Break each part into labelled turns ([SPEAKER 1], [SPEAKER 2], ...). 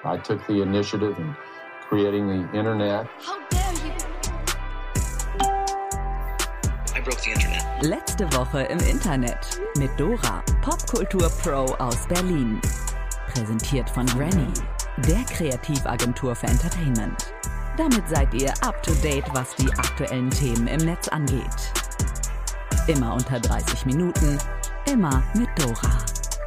[SPEAKER 1] I took the initiative in creating the internet.
[SPEAKER 2] How dare you?
[SPEAKER 3] I broke the internet.
[SPEAKER 4] Letzte Woche im Internet mit Dora, Popkultur-Pro aus Berlin. Präsentiert von Granny, der Kreativagentur für Entertainment. Damit seid ihr up to date, was die aktuellen Themen im Netz angeht. Immer unter 30 Minuten, immer mit Dora.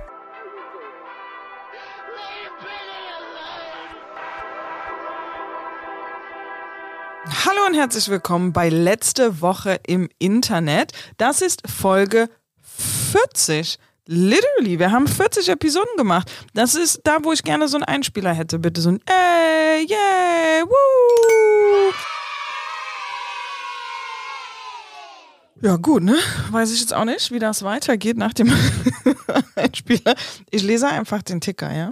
[SPEAKER 5] Hallo und herzlich willkommen bei Letzte Woche im Internet. Das ist Folge 40. Literally, wir haben 40 Episoden gemacht. Das ist da, wo ich gerne so einen Einspieler hätte. Bitte so ein ey, yeah, woo. Ja gut, ne? Weiß ich jetzt auch nicht, wie das weitergeht nach dem Einspieler. Ich lese einfach den Ticker, ja?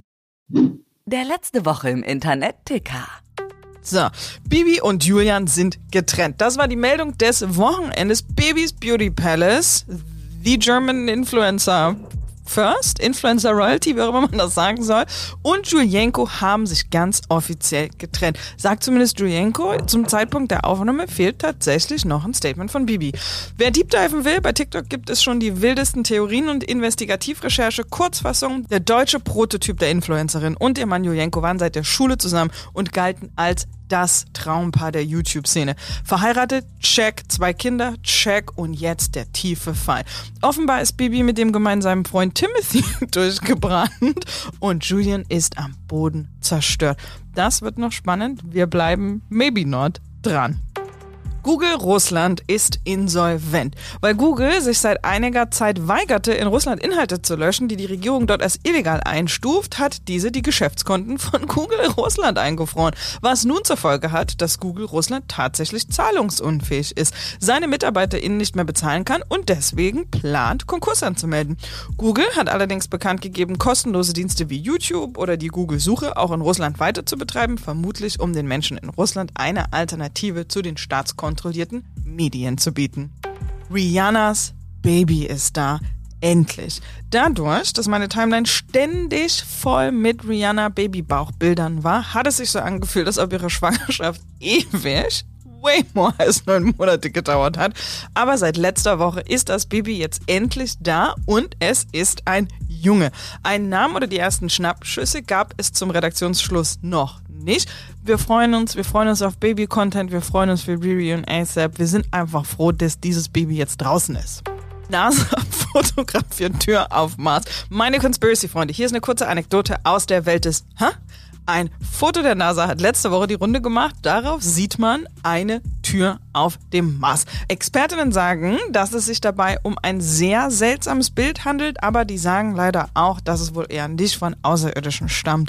[SPEAKER 4] Der Letzte Woche im Internet-Ticker.
[SPEAKER 5] So, Bibi und Julian sind getrennt. Das war die Meldung des Wochenendes. Bibis Beauty Palace, The German Influencer First, Influencer Royalty, wie auch immer man das sagen soll, und Julienko haben sich ganz offiziell getrennt. Sagt zumindest Julienko, zum Zeitpunkt der Aufnahme fehlt tatsächlich noch ein Statement von Bibi. Wer deepdiven will, bei TikTok gibt es schon die wildesten Theorien und Investigativrecherche. Kurzfassung, der deutsche Prototyp der Influencerin und ihr Mann Julienko waren seit der Schule zusammen und galten als das Traumpaar der YouTube-Szene. Verheiratet, check, 2 Kinder, check und jetzt der tiefe Fall. Offenbar ist Bibi mit dem gemeinsamen Freund Timothy durchgebrannt und Julian ist am Boden zerstört. Das wird noch spannend. Wir bleiben maybe not dran. Google Russland ist insolvent. Weil Google sich seit einiger Zeit weigerte, in Russland Inhalte zu löschen, die die Regierung dort als illegal einstuft, hat diese die Geschäftskonten von Google Russland eingefroren. Was nun zur Folge hat, dass Google Russland tatsächlich zahlungsunfähig ist, seine MitarbeiterInnen nicht mehr bezahlen kann und deswegen plant, Konkurs anzumelden. Google hat allerdings bekannt gegeben, kostenlose Dienste wie YouTube oder die Google-Suche auch in Russland weiter zu betreiben, vermutlich um den Menschen in Russland eine Alternative zu den staatskontrollierten Medien zu bieten. Rihannas Baby ist da. Endlich. Dadurch, dass meine Timeline ständig voll mit Rihanna Babybauchbildern war, hat es sich so angefühlt, als ob ihre Schwangerschaft ewig, way more als 9 Monate gedauert hat. Aber seit letzter Woche ist das Baby jetzt endlich da und es ist ein Junge. Einen Namen oder die ersten Schnappschüsse gab es zum Redaktionsschluss noch nicht. Wir freuen uns auf Baby-Content, wir freuen uns für Riri und ASAP. Wir sind einfach froh, dass dieses Baby jetzt draußen ist. NASA fotografiert Tür auf Mars. Meine Conspiracy-Freunde, hier ist eine kurze Anekdote aus der Welt des Ein Foto der NASA hat letzte Woche die Runde gemacht. Darauf sieht man eine Tür auf dem Mars. Expertinnen sagen, dass es sich dabei um ein sehr seltsames Bild handelt, aber die sagen leider auch, dass es wohl eher nicht von Außerirdischen stammt.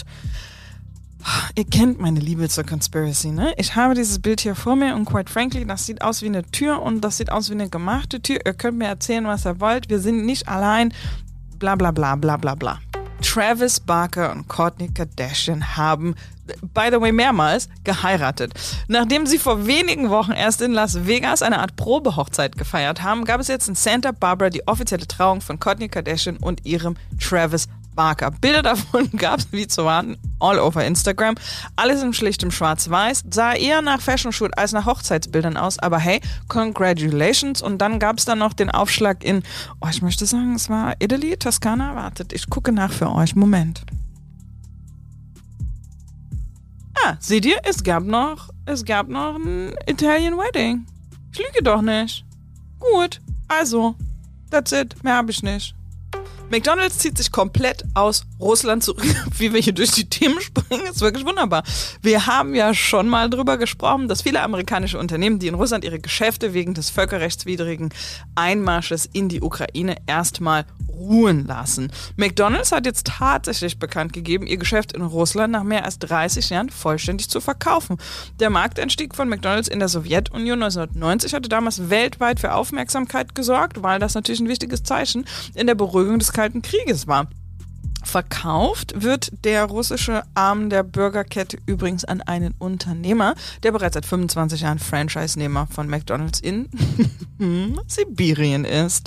[SPEAKER 5] Ihr kennt meine Liebe zur Conspiracy, ne? Ich habe dieses Bild hier vor mir und quite frankly, das sieht aus wie eine Tür und das sieht aus wie eine gemachte Tür. Ihr könnt mir erzählen, was ihr wollt. Wir sind nicht allein. Bla bla bla bla bla bla. Travis Barker und Kourtney Kardashian haben, by the way, mehrmals geheiratet. Nachdem sie vor wenigen Wochen erst in Las Vegas eine Art Probehochzeit gefeiert haben, gab es jetzt in Santa Barbara die offizielle Trauung von Kourtney Kardashian und ihrem Travis Barker. Bilder davon gab es, wie zu warten, all over Instagram. Alles in schlichtem Schwarz-Weiß. Sah eher nach Fashion-Shoot als nach Hochzeitsbildern aus. Aber hey, congratulations. Und dann gab es dann noch den Aufschlag in, ich möchte sagen, es war Italy, Toskana. Wartet, ich gucke nach für euch. Moment. Seht ihr? Es gab noch ein Italian Wedding. Ich lüge doch nicht. Gut, also, that's it. Mehr habe ich nicht. McDonald's zieht sich komplett aus Russland zurück, wie wir hier durch die Themen springen, ist wirklich wunderbar. Wir haben ja schon mal drüber gesprochen, dass viele amerikanische Unternehmen, die in Russland ihre Geschäfte wegen des völkerrechtswidrigen Einmarsches in die Ukraine erstmal ruhen lassen. McDonald's hat jetzt tatsächlich bekannt gegeben, ihr Geschäft in Russland nach mehr als 30 Jahren vollständig zu verkaufen. Der Markteinstieg von McDonald's in der Sowjetunion 1990 hatte damals weltweit für Aufmerksamkeit gesorgt, weil das natürlich ein wichtiges Zeichen in der Beruhigung des Kalten Krieges war. Verkauft wird der russische Arm der Burgerkette übrigens an einen Unternehmer, der bereits seit 25 Jahren Franchise-Nehmer von McDonald's in Sibirien ist.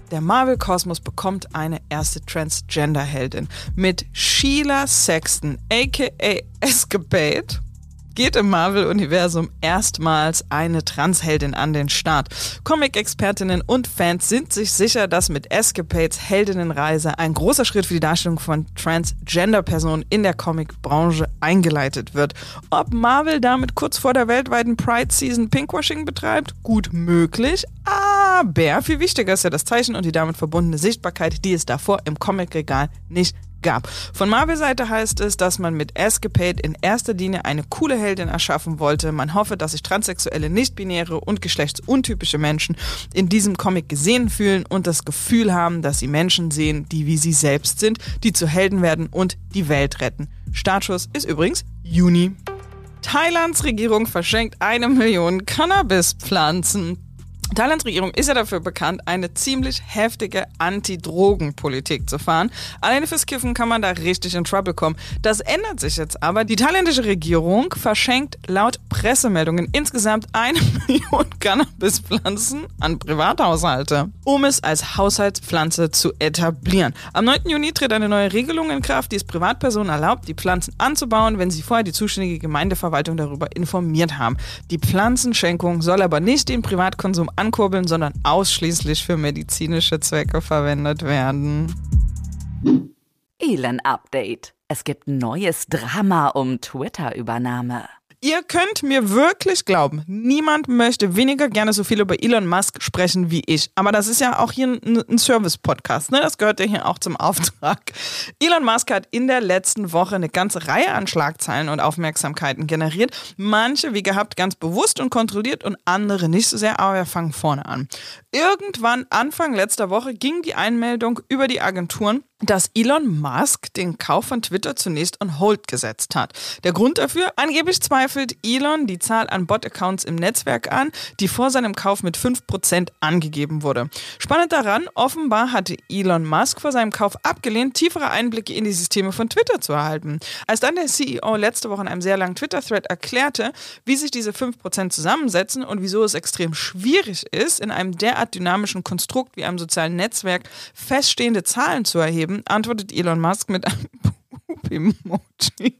[SPEAKER 5] Der Marvel-Kosmos bekommt eine erste Transgender-Heldin. Mit Sheila Sexton, aka Escapade, geht im Marvel-Universum erstmals eine Transheldin an den Start. Comic-Expertinnen und Fans sind sich sicher, dass mit Escapades Heldinnenreise ein großer Schritt für die Darstellung von Transgender-Personen in der Comic-Branche eingeleitet wird. Ob Marvel damit kurz vor der weltweiten Pride-Season Pinkwashing betreibt? Gut möglich, aber viel wichtiger ist ja das Zeichen und die damit verbundene Sichtbarkeit, die es davor im Comicregal nicht gab. Von Marvel-Seite heißt es, dass man mit Escapade in erster Linie eine coole Heldin erschaffen wollte. Man hoffe, dass sich transsexuelle, nicht-binäre und geschlechtsuntypische Menschen in diesem Comic gesehen fühlen und das Gefühl haben, dass sie Menschen sehen, die wie sie selbst sind, die zu Helden werden und die Welt retten. Startschuss ist übrigens Juni. Thailands Regierung verschenkt 1 Million Cannabispflanzen. Thailands Regierung ist ja dafür bekannt, eine ziemlich heftige Anti-Drogen-Politik zu fahren. Alleine fürs Kiffen kann man da richtig in Trouble kommen. Das ändert sich jetzt aber. Die thailändische Regierung verschenkt laut Pressemeldungen insgesamt 1 Million Cannabispflanzen an Privathaushalte, um es als Haushaltspflanze zu etablieren. Am 9. Juni tritt eine neue Regelung in Kraft, die es Privatpersonen erlaubt, die Pflanzen anzubauen, wenn sie vorher die zuständige Gemeindeverwaltung darüber informiert haben. Die Pflanzenschenkung soll aber nicht den Privatkonsum ankurbeln, sondern ausschließlich für medizinische Zwecke verwendet werden.
[SPEAKER 4] Elon Update. Es gibt neues Drama um Twitter-Übernahme.
[SPEAKER 5] Ihr könnt mir wirklich glauben, niemand möchte weniger gerne so viel über Elon Musk sprechen wie ich. Aber das ist ja auch hier ein Service-Podcast, ne? Das gehört ja hier auch zum Auftrag. Elon Musk hat in der letzten Woche eine ganze Reihe an Schlagzeilen und Aufmerksamkeiten generiert. Manche, wie gehabt, ganz bewusst und kontrolliert und andere nicht so sehr, aber wir fangen vorne an. Irgendwann Anfang letzter Woche ging die Einmeldung über die Agenturen, dass Elon Musk den Kauf von Twitter zunächst on hold gesetzt hat. Der Grund dafür? Angeblich zweifelt Elon die Zahl an Bot-Accounts im Netzwerk an, die vor seinem Kauf mit 5% angegeben wurde. Spannend daran, offenbar hatte Elon Musk vor seinem Kauf abgelehnt, tiefere Einblicke in die Systeme von Twitter zu erhalten. Als dann der CEO letzte Woche in einem sehr langen Twitter-Thread erklärte, wie sich diese 5% zusammensetzen und wieso es extrem schwierig ist, in einem derart dynamischen Konstrukt wie einem sozialen Netzwerk feststehende Zahlen zu erheben, antwortet Elon Musk mit einem Poop-Emoji.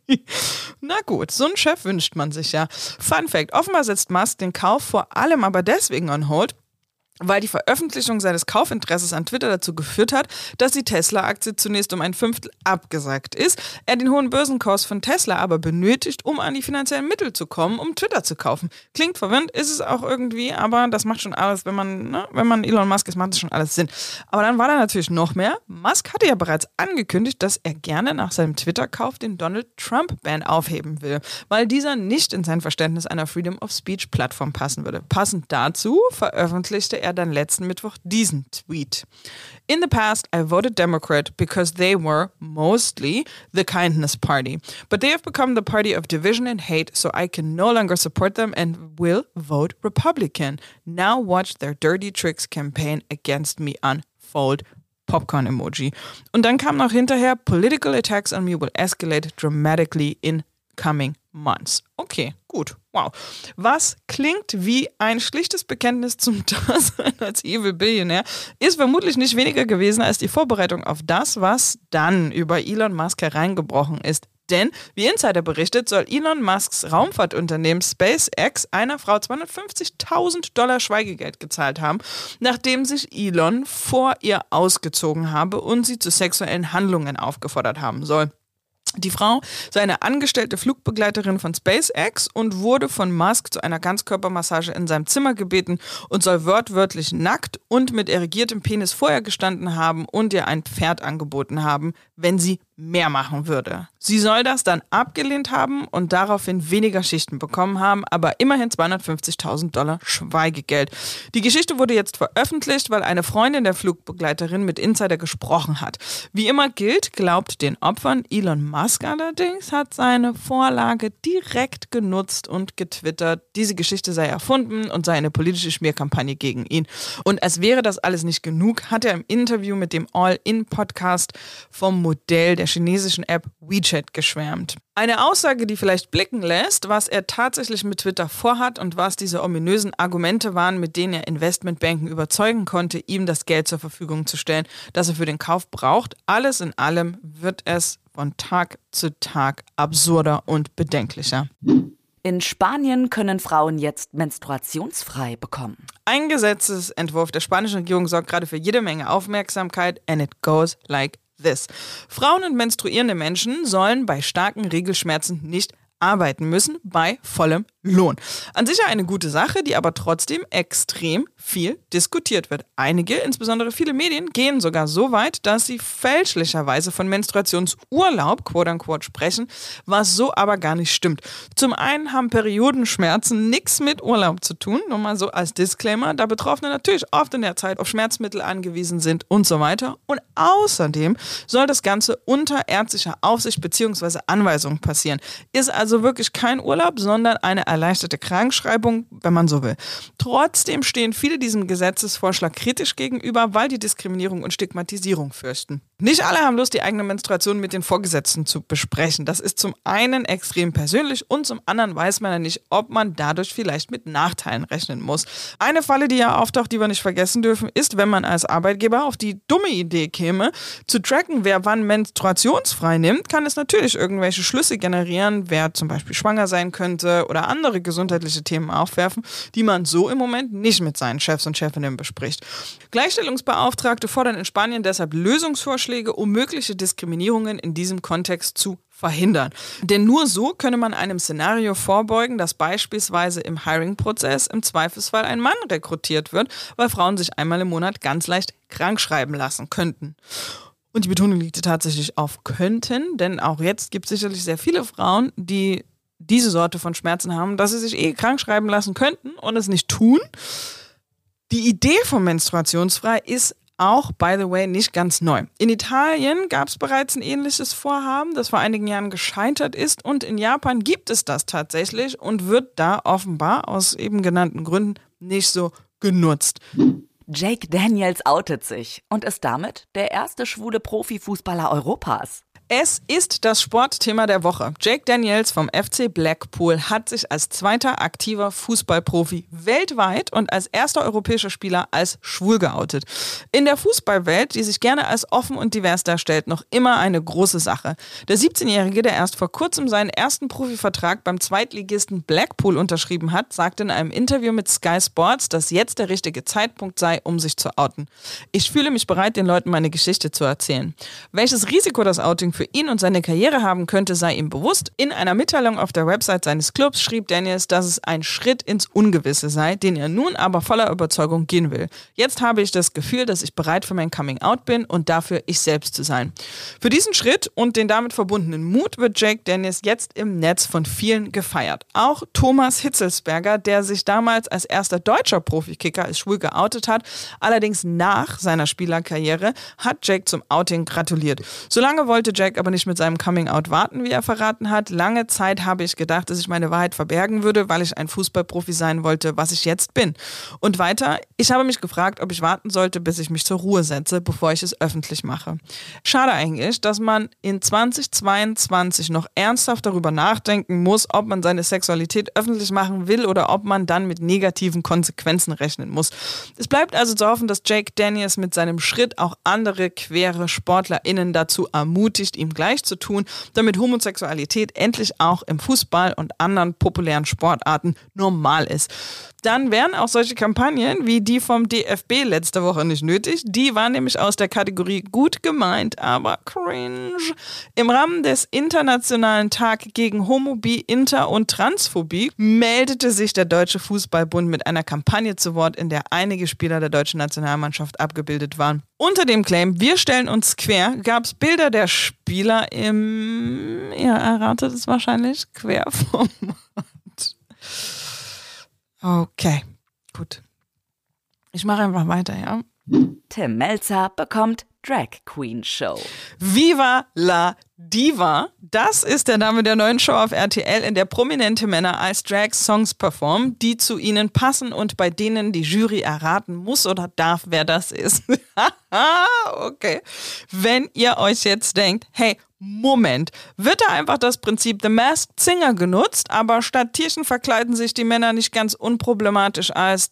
[SPEAKER 5] Na gut, so einen Chef wünscht man sich ja. Fun Fact, offenbar setzt Musk den Kauf vor allem aber deswegen on hold, weil die Veröffentlichung seines Kaufinteresses an Twitter dazu geführt hat, dass die Tesla-Aktie zunächst um 1/5 abgesackt ist. Er den hohen Börsenkurs von Tesla aber benötigt, um an die finanziellen Mittel zu kommen, um Twitter zu kaufen. Klingt verwirrend, ist es auch irgendwie, aber das macht schon alles, wenn man Elon Musk ist, macht das schon alles Sinn. Aber dann war da natürlich noch mehr. Musk hatte ja bereits angekündigt, dass er gerne nach seinem Twitter-Kauf den Donald Trump-Ban aufheben will, weil dieser nicht in sein Verständnis einer Freedom-of-Speech-Plattform passen würde. Passend dazu veröffentlichte er dann letzten Mittwoch diesen Tweet. In the past, I voted Democrat because they were mostly the kindness party. But they have become the party of division and hate, so I can no longer support them and will vote Republican. Now watch their dirty tricks campaign against me unfold. Popcorn-Emoji. Und dann kam noch hinterher, political attacks on me will escalate dramatically in coming months. Okay, gut. Wow. Was klingt wie ein schlichtes Bekenntnis zum Dasein als Evil Billionaire, ist vermutlich nicht weniger gewesen als die Vorbereitung auf das, was dann über Elon Musk hereingebrochen ist. Denn, wie Insider berichtet, soll Elon Musks Raumfahrtunternehmen SpaceX einer Frau $250.000 Schweigegeld gezahlt haben, nachdem sich Elon vor ihr ausgezogen habe und sie zu sexuellen Handlungen aufgefordert haben soll. Die Frau sei eine angestellte Flugbegleiterin von SpaceX und wurde von Musk zu einer Ganzkörpermassage in seinem Zimmer gebeten und soll wortwörtlich nackt und mit erigiertem Penis vor ihr gestanden haben und ihr ein Pferd angeboten haben, wenn sie mehr machen würde. Sie soll das dann abgelehnt haben und daraufhin weniger Schichten bekommen haben, aber immerhin $250.000 Schweigegeld. Die Geschichte wurde jetzt veröffentlicht, weil eine Freundin der Flugbegleiterin mit Insider gesprochen hat. Wie immer gilt, glaubt den Opfern. Elon Musk allerdings hat seine Vorlage direkt genutzt und getwittert, diese Geschichte sei erfunden und sei eine politische Schmierkampagne gegen ihn. Und als wäre das alles nicht genug, hat er im Interview mit dem All-In-Podcast vom Modell der der chinesischen App WeChat geschwärmt. Eine Aussage, die vielleicht blicken lässt, was er tatsächlich mit Twitter vorhat und was diese ominösen Argumente waren, mit denen er Investmentbanken überzeugen konnte, ihm das Geld zur Verfügung zu stellen, das er für den Kauf braucht. Alles in allem wird es von Tag zu Tag absurder und bedenklicher.
[SPEAKER 4] In Spanien können Frauen jetzt menstruationsfrei bekommen.
[SPEAKER 5] Ein Gesetzesentwurf der spanischen Regierung sorgt gerade für jede Menge Aufmerksamkeit, and it goes like this. Frauen und menstruierende Menschen sollen bei starken Regelschmerzen nicht arbeiten müssen, bei vollem Lohn. An sich eine gute Sache, die aber trotzdem extrem viel diskutiert wird. Einige, insbesondere viele Medien, gehen sogar so weit, dass sie fälschlicherweise von Menstruationsurlaub, quote unquote, sprechen, was so aber gar nicht stimmt. Zum einen haben Periodenschmerzen nichts mit Urlaub zu tun, nur mal so als Disclaimer, da Betroffene natürlich oft in der Zeit auf Schmerzmittel angewiesen sind und so weiter. Und außerdem soll das Ganze unter ärztlicher Aufsicht bzw. Anweisung passieren. Ist also wirklich kein Urlaub, sondern eine erleichterte Krankschreibung, wenn man so will. Trotzdem stehen viele diesem Gesetzesvorschlag kritisch gegenüber, weil die Diskriminierung und Stigmatisierung fürchten. Nicht alle haben Lust, die eigene Menstruation mit den Vorgesetzten zu besprechen. Das ist zum einen extrem persönlich und zum anderen weiß man ja nicht, ob man dadurch vielleicht mit Nachteilen rechnen muss. Eine Falle, die ja auftaucht, die wir nicht vergessen dürfen, ist, wenn man als Arbeitgeber auf die dumme Idee käme, zu tracken, wer wann menstruationsfrei nimmt, kann es natürlich irgendwelche Schlüsse generieren, wer zum Beispiel schwanger sein könnte oder andere gesundheitliche Themen aufwerfen, die man so im Moment nicht mit seinen Chefs und Chefinnen bespricht. Gleichstellungsbeauftragte fordern in Spanien deshalb Lösungsvorschläge, um mögliche Diskriminierungen in diesem Kontext zu verhindern. Denn nur so könne man einem Szenario vorbeugen, dass beispielsweise im Hiring-Prozess im Zweifelsfall ein Mann rekrutiert wird, weil Frauen sich einmal im Monat ganz leicht krank schreiben lassen könnten. Und die Betonung liegt tatsächlich auf könnten, denn auch jetzt gibt es sicherlich sehr viele Frauen, die diese Sorte von Schmerzen haben, dass sie sich krank schreiben lassen könnten und es nicht tun. Die Idee vom Menstruationsfrei ist auch, by the way, nicht ganz neu. In Italien gab es bereits ein ähnliches Vorhaben, das vor einigen Jahren gescheitert ist, und in Japan gibt es das tatsächlich und wird da offenbar aus eben genannten Gründen nicht so genutzt.
[SPEAKER 4] Jake Daniels outet sich und ist damit der erste schwule Profifußballer Europas.
[SPEAKER 5] Es ist das Sportthema der Woche. Jake Daniels vom FC Blackpool hat sich als zweiter aktiver Fußballprofi weltweit und als erster europäischer Spieler als schwul geoutet. In der Fußballwelt, die sich gerne als offen und divers darstellt, noch immer eine große Sache. Der 17-Jährige, der erst vor kurzem seinen ersten Profivertrag beim Zweitligisten Blackpool unterschrieben hat, sagte in einem Interview mit Sky Sports, dass jetzt der richtige Zeitpunkt sei, um sich zu outen. Ich fühle mich bereit, den Leuten meine Geschichte zu erzählen. Welches Risiko das Outing für ihn und seine Karriere haben könnte, sei ihm bewusst. In einer Mitteilung auf der Website seines Clubs schrieb Daniels, dass es ein Schritt ins Ungewisse sei, den er nun aber voller Überzeugung gehen will. Jetzt habe ich das Gefühl, dass ich bereit für mein Coming-out bin und dafür ich selbst zu sein. Für diesen Schritt und den damit verbundenen Mut wird Jake Daniels jetzt im Netz von vielen gefeiert. Auch Thomas Hitzelsberger, der sich damals als erster deutscher Profikicker als schwul geoutet hat, allerdings nach seiner Spielerkarriere, hat Jake zum Outing gratuliert. Solange wollte Jake aber nicht mit seinem Coming-out warten, wie er verraten hat. Lange Zeit habe ich gedacht, dass ich meine Wahrheit verbergen würde, weil ich ein Fußballprofi sein wollte, was ich jetzt bin. Und weiter, ich habe mich gefragt, ob ich warten sollte, bis ich mich zur Ruhe setze, bevor ich es öffentlich mache. Schade eigentlich, dass man in 2022 noch ernsthaft darüber nachdenken muss, ob man seine Sexualität öffentlich machen will oder ob man dann mit negativen Konsequenzen rechnen muss. Es bleibt also zu hoffen, dass Jake Daniels mit seinem Schritt auch andere queere SportlerInnen dazu ermutigt, ihm gleich zu tun, damit Homosexualität endlich auch im Fußball und anderen populären Sportarten normal ist. Dann wären auch solche Kampagnen wie die vom DFB letzte Woche nicht nötig. Die waren nämlich aus der Kategorie gut gemeint, aber cringe. Im Rahmen des Internationalen Tag gegen Homophobie, Inter- und Transphobie meldete sich der Deutsche Fußballbund mit einer Kampagne zu Wort, in der einige Spieler der deutschen Nationalmannschaft abgebildet waren. Unter dem Claim, wir stellen uns quer, gab es Bilder der Spieler im, ihr erratet es wahrscheinlich, Querformat. Okay, gut. Ich mache einfach weiter, ja.
[SPEAKER 4] Tim Melzer bekommt Drag Queen Show.
[SPEAKER 5] Viva la Diva, das ist der Name der neuen Show auf RTL, in der prominente Männer als Drag-Songs performen, die zu ihnen passen und bei denen die Jury erraten muss oder darf, wer das ist. Okay. Wenn ihr euch jetzt denkt, hey, Moment, wird da einfach das Prinzip The Masked Singer genutzt, aber statt Tierchen verkleiden sich die Männer nicht ganz unproblematisch als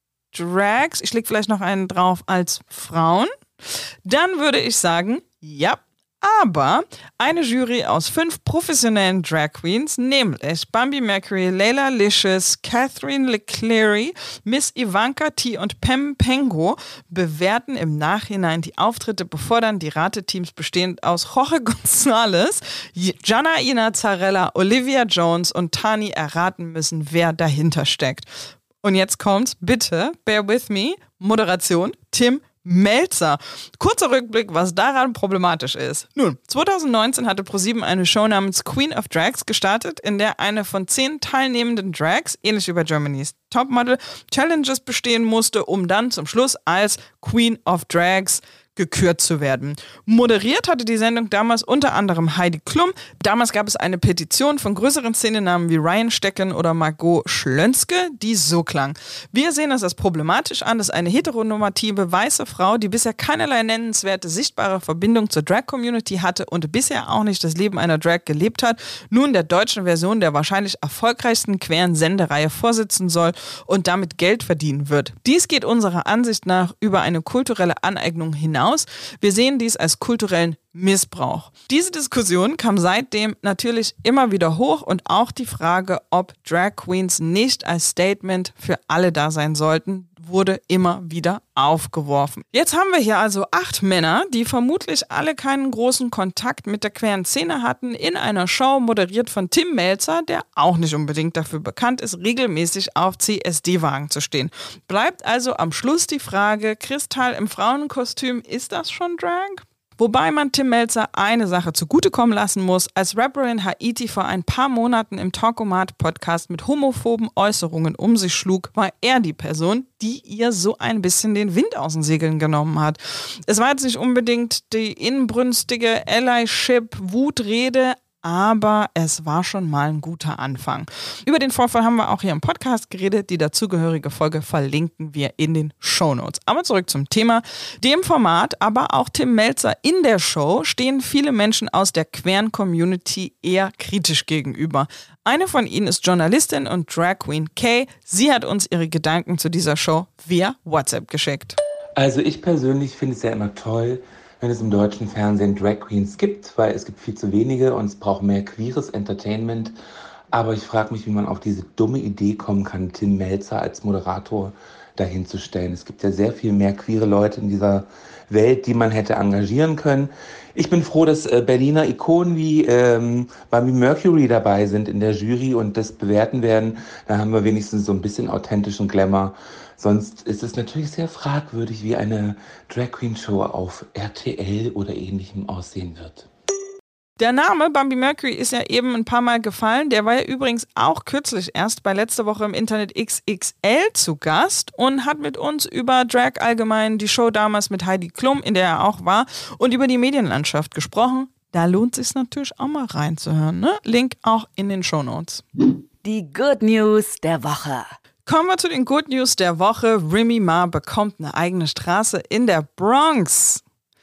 [SPEAKER 5] Drags, ich leg vielleicht noch einen drauf, als Frauen? Dann würde ich sagen, ja. Aber eine Jury aus 5 professionellen Drag Queens, nämlich Bambi Mercury, Layla Licious, Catherine LeCleary, Miss Ivanka T und Pam Pengo, bewerten im Nachhinein die Auftritte, bevor dann die Rateteams bestehend aus Jorge González, Gianna Inazzarella, Olivia Jones und Tani erraten müssen, wer dahinter steckt. Und jetzt kommt's, bitte, bear with me, Moderation, Tim Melzer. Kurzer Rückblick, was daran problematisch ist. Nun, 2019 hatte ProSieben eine Show namens Queen of Drags gestartet, in der eine von 10 teilnehmenden Drags, ähnlich wie bei Germany's Topmodel, Challenges bestehen musste, um dann zum Schluss als Queen of Drags gekürt zu werden. Moderiert hatte die Sendung damals unter anderem Heidi Klum. Damals gab es eine Petition von größeren Szenenamen wie Ryan Stecken oder Margot Schlönske, die so klang: Wir sehen es als problematisch an, dass eine heteronormative weiße Frau, die bisher keinerlei nennenswerte sichtbare Verbindung zur Drag-Community hatte und bisher auch nicht das Leben einer Drag gelebt hat, nun der deutschen Version der wahrscheinlich erfolgreichsten queeren Sendereihe vorsitzen soll und damit Geld verdienen wird. Dies geht unserer Ansicht nach über eine kulturelle Aneignung hinaus. Wir sehen dies als kulturellen Missbrauch. Diese Diskussion kam seitdem natürlich immer wieder hoch und auch die Frage, ob Drag Queens nicht als Statement für alle da sein sollten, wurde immer wieder aufgeworfen. Jetzt haben wir hier also 8 Männer, die vermutlich alle keinen großen Kontakt mit der queeren Szene hatten, in einer Show moderiert von Tim Melzer, der auch nicht unbedingt dafür bekannt ist, regelmäßig auf CSD-Wagen zu stehen. Bleibt also am Schluss die Frage, Kristall im Frauenkostüm, ist das schon Drag? Wobei man Tim Melzer eine Sache zugutekommen lassen muss: Als Rapper in Haiti vor ein paar Monaten im Talkomat-Podcast mit homophoben Äußerungen um sich schlug, war er die Person, die ihr so ein bisschen den Wind aus den Segeln genommen hat. Es war jetzt nicht unbedingt die inbrünstige Allyship-Wutrede, aber es war schon mal ein guter Anfang. Über den Vorfall haben wir auch hier im Podcast geredet. Die dazugehörige Folge verlinken wir in den Shownotes. Aber zurück zum Thema. Dem Format, aber auch Tim Melzer in der Show stehen viele Menschen aus der queeren Community eher kritisch gegenüber. Eine von ihnen ist Journalistin und Drag Queen Kay. Sie hat uns ihre Gedanken zu dieser Show via WhatsApp geschickt.
[SPEAKER 2] Also ich persönlich finde es ja immer toll, wenn es im deutschen Fernsehen Drag Queens gibt, weil es gibt viel zu wenige und es braucht mehr queeres Entertainment. Aber ich frage mich, wie man auf diese dumme Idee kommen kann, Tim Melzer als Moderator dahin zu stellen. Es gibt ja sehr viel mehr queere Leute in dieser Welt, die man hätte engagieren können. Ich bin froh, dass Berliner Ikonen wie Bambi Mercury dabei sind in der Jury und das bewerten werden. Da haben wir wenigstens so ein bisschen authentischen Glamour. Sonst ist es natürlich sehr fragwürdig, wie eine Drag Queen Show auf RTL oder ähnlichem aussehen wird.
[SPEAKER 5] Der Name Bambi Mercury ist ja eben ein paar Mal gefallen. Der war ja übrigens auch kürzlich erst bei letzter Woche im Internet XXL zu Gast und hat mit uns über Drag allgemein, die Show damals mit Heidi Klum, in der er auch war, und über die Medienlandschaft gesprochen. Da lohnt es sich natürlich auch mal reinzuhören, ne? Link auch in den Shownotes.
[SPEAKER 4] Die Good News der Woche.
[SPEAKER 5] Kommen wir zu den Good News der Woche. Remy Ma bekommt eine eigene Straße in der Bronx.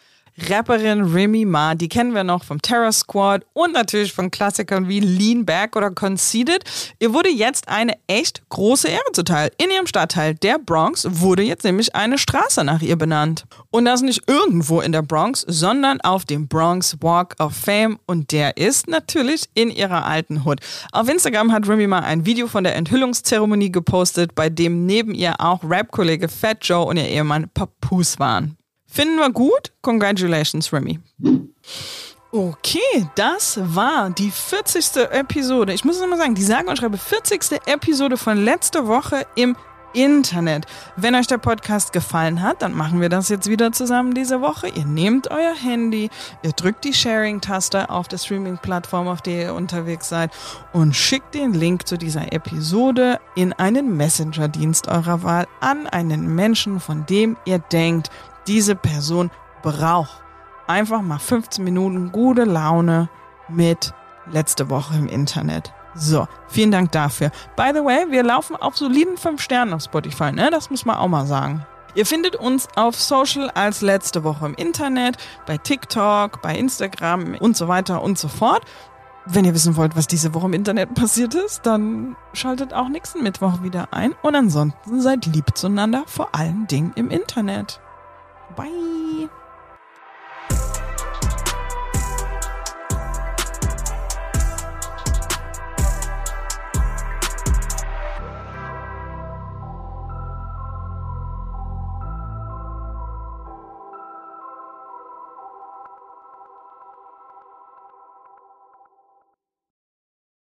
[SPEAKER 5] Rapperin Remy Ma, die kennen wir noch vom Terror Squad und natürlich von Klassikern wie Lean Back oder Conceited. Ihr wurde jetzt eine echt große Ehre zuteil. In ihrem Stadtteil der Bronx wurde jetzt nämlich eine Straße nach ihr benannt. Und das nicht irgendwo in der Bronx, sondern auf dem Bronx Walk of Fame, und der ist natürlich in ihrer alten Hood. Auf Instagram hat Remy Ma ein Video von der Enthüllungszeremonie gepostet, bei dem neben ihr auch Rap-Kollege Fat Joe und ihr Ehemann Papoose waren. Finden wir gut? Congratulations, Remy. Okay, das war die 40. Episode. Ich muss es nochmal sagen, die sage und schreibe 40. Episode von letzter Woche im Internet. Wenn euch der Podcast gefallen hat, dann machen wir das jetzt wieder zusammen diese Woche. Ihr nehmt euer Handy, ihr drückt die Sharing-Taste auf der Streaming-Plattform, auf der ihr unterwegs seid, und schickt den Link zu dieser Episode in einen Messenger-Dienst eurer Wahl an einen Menschen, von dem ihr denkt, diese Person braucht einfach mal 15 Minuten gute Laune mit letzte Woche im Internet. So, vielen Dank dafür. By the way, wir laufen auf soliden 5 Sternen auf Spotify, ne? Das muss man auch mal sagen. Ihr findet uns auf Social als letzte Woche im Internet, bei TikTok, bei Instagram und so weiter und so fort. Wenn ihr wissen wollt, was diese Woche im Internet passiert ist, dann schaltet auch nächsten Mittwoch wieder ein. Und ansonsten seid lieb zueinander, vor allen Dingen im Internet. Bye!